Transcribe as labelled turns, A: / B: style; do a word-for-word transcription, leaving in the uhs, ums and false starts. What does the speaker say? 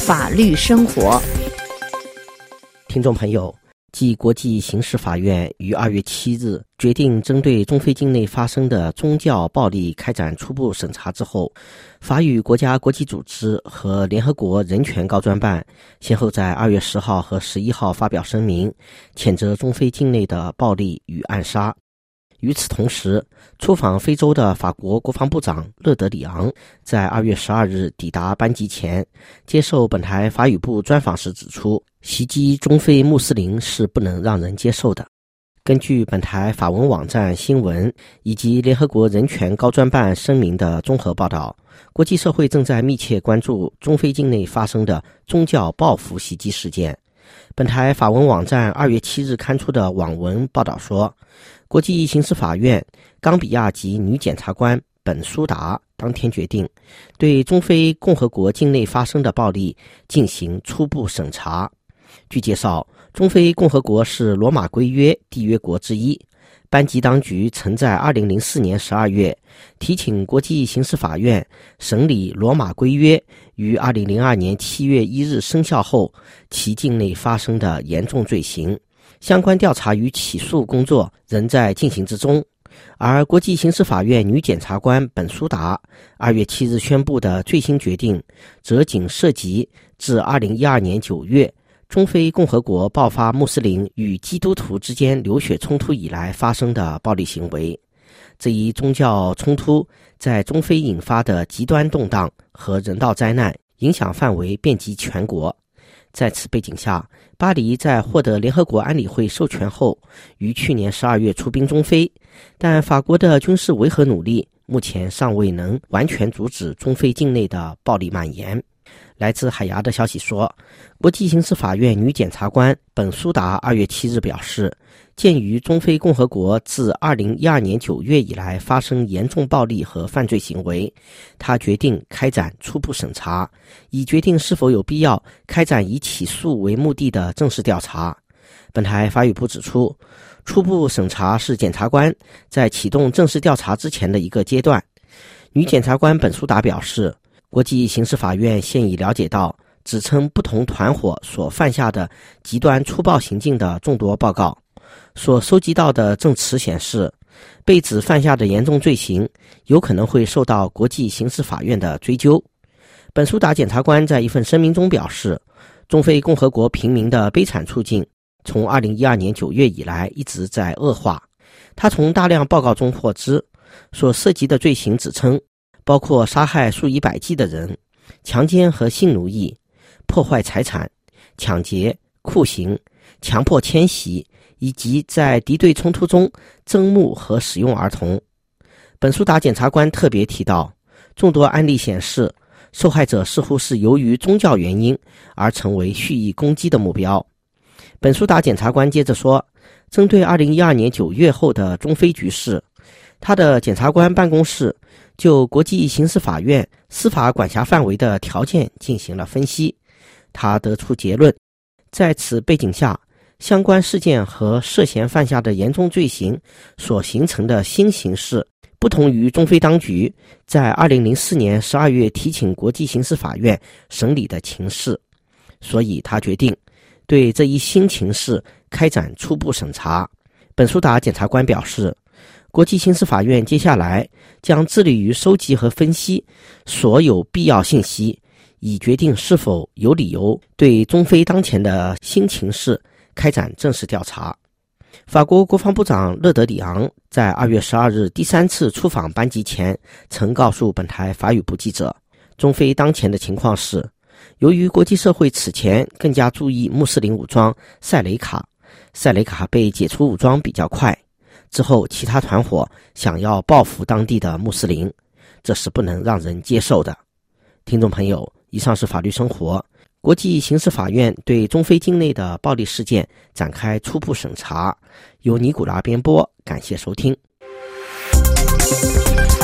A: 法律生活。
B: 听众朋友，继国际刑事法院于二月七日决定针对中非境内发生的宗教暴力开展初步审查之后，法语国家国际组织和联合国人权高专办先后在二月十号和十一号发表声明，谴责中非境内的暴力与暗杀。与此同时，出访非洲的法国国防部长勒德里昂在二月十二日抵达班吉前，接受本台法语部专访时指出，袭击中非穆斯林是不能让人接受的。根据本台法文网站新闻以及联合国人权高专办声明的综合报道，国际社会正在密切关注中非境内发生的宗教报复袭击事件。本台法文网站二月七日刊出的网文报道说，国际刑事法院冈比亚籍女检察官本苏达当天决定对中非共和国境内发生的暴力进行初步审查。据介绍，中非共和国是罗马规约缔约国之一，班吉当局曾在二零零四年十二月提请国际刑事法院审理罗马规约于二零零二年七月一日生效后其境内发生的严重罪行，相关调查与起诉工作仍在进行之中。而国际刑事法院女检察官本苏达二月七日宣布的最新决定，则仅涉及自二零一二年九月中非共和国爆发穆斯林与基督徒之间流血冲突以来发生的暴力行为。这一宗教冲突在中非引发的极端动荡和人道灾难影响范围遍及全国。在此背景下，巴黎在获得联合国安理会授权后，于去年十二月出兵中非，但法国的军事维和努力目前尚未能完全阻止中非境内的暴力蔓延。来自海牙的消息说，国际刑事法院女检察官本苏达二月七日表示，鉴于中非共和国自二零一二年九月以来发生严重暴力和犯罪行为，她决定开展初步审查，以决定是否有必要开展以起诉为目的的正式调查。本台法语部指出，初步审查是检察官在启动正式调查之前的一个阶段。女检察官本苏达表示，国际刑事法院现已了解到指称不同团伙所犯下的极端粗暴行径的众多报告，所收集到的证词显示，被指犯下的严重罪行有可能会受到国际刑事法院的追究。本苏达检察官在一份声明中表示，中非共和国平民的悲惨处境从二零一二年九月以来一直在恶化。他从大量报告中获知，所涉及的罪行指称包括杀害数以百计的人、强奸和性奴役、破坏财产、抢劫、酷刑、强迫迁徙，以及在敌对冲突中征募和使用儿童。本苏达检察官特别提到，众多案例显示，受害者似乎是由于宗教原因而成为蓄意攻击的目标。本苏达检察官接着说，针对二零一二年九月后的中非局势，他的检察官办公室就国际刑事法院司法管辖范围的条件进行了分析。他得出结论，在此背景下，相关事件和涉嫌犯下的严重罪行所形成的新形势，不同于中非当局在二零零四年十二月提请国际刑事法院审理的情势，所以他决定对这一新情势开展初步审查。本苏达检察官表示，国际刑事法院接下来将致力于收集和分析所有必要信息，以决定是否有理由对中非当前的新情势开展正式调查。法国国防部长勒德里昂在二月十二日第三次出访班吉前曾告诉本台法语部记者，中非当前的情况是，由于国际社会此前更加注意穆斯林武装塞雷卡，塞雷卡被解除武装比较快，之后其他团伙想要报复当地的穆斯林，这是不能让人接受的。听众朋友，以上是法律生活。国际刑事法院对中非境内的暴力事件展开初步审查，由尼古拉编播，感谢收听。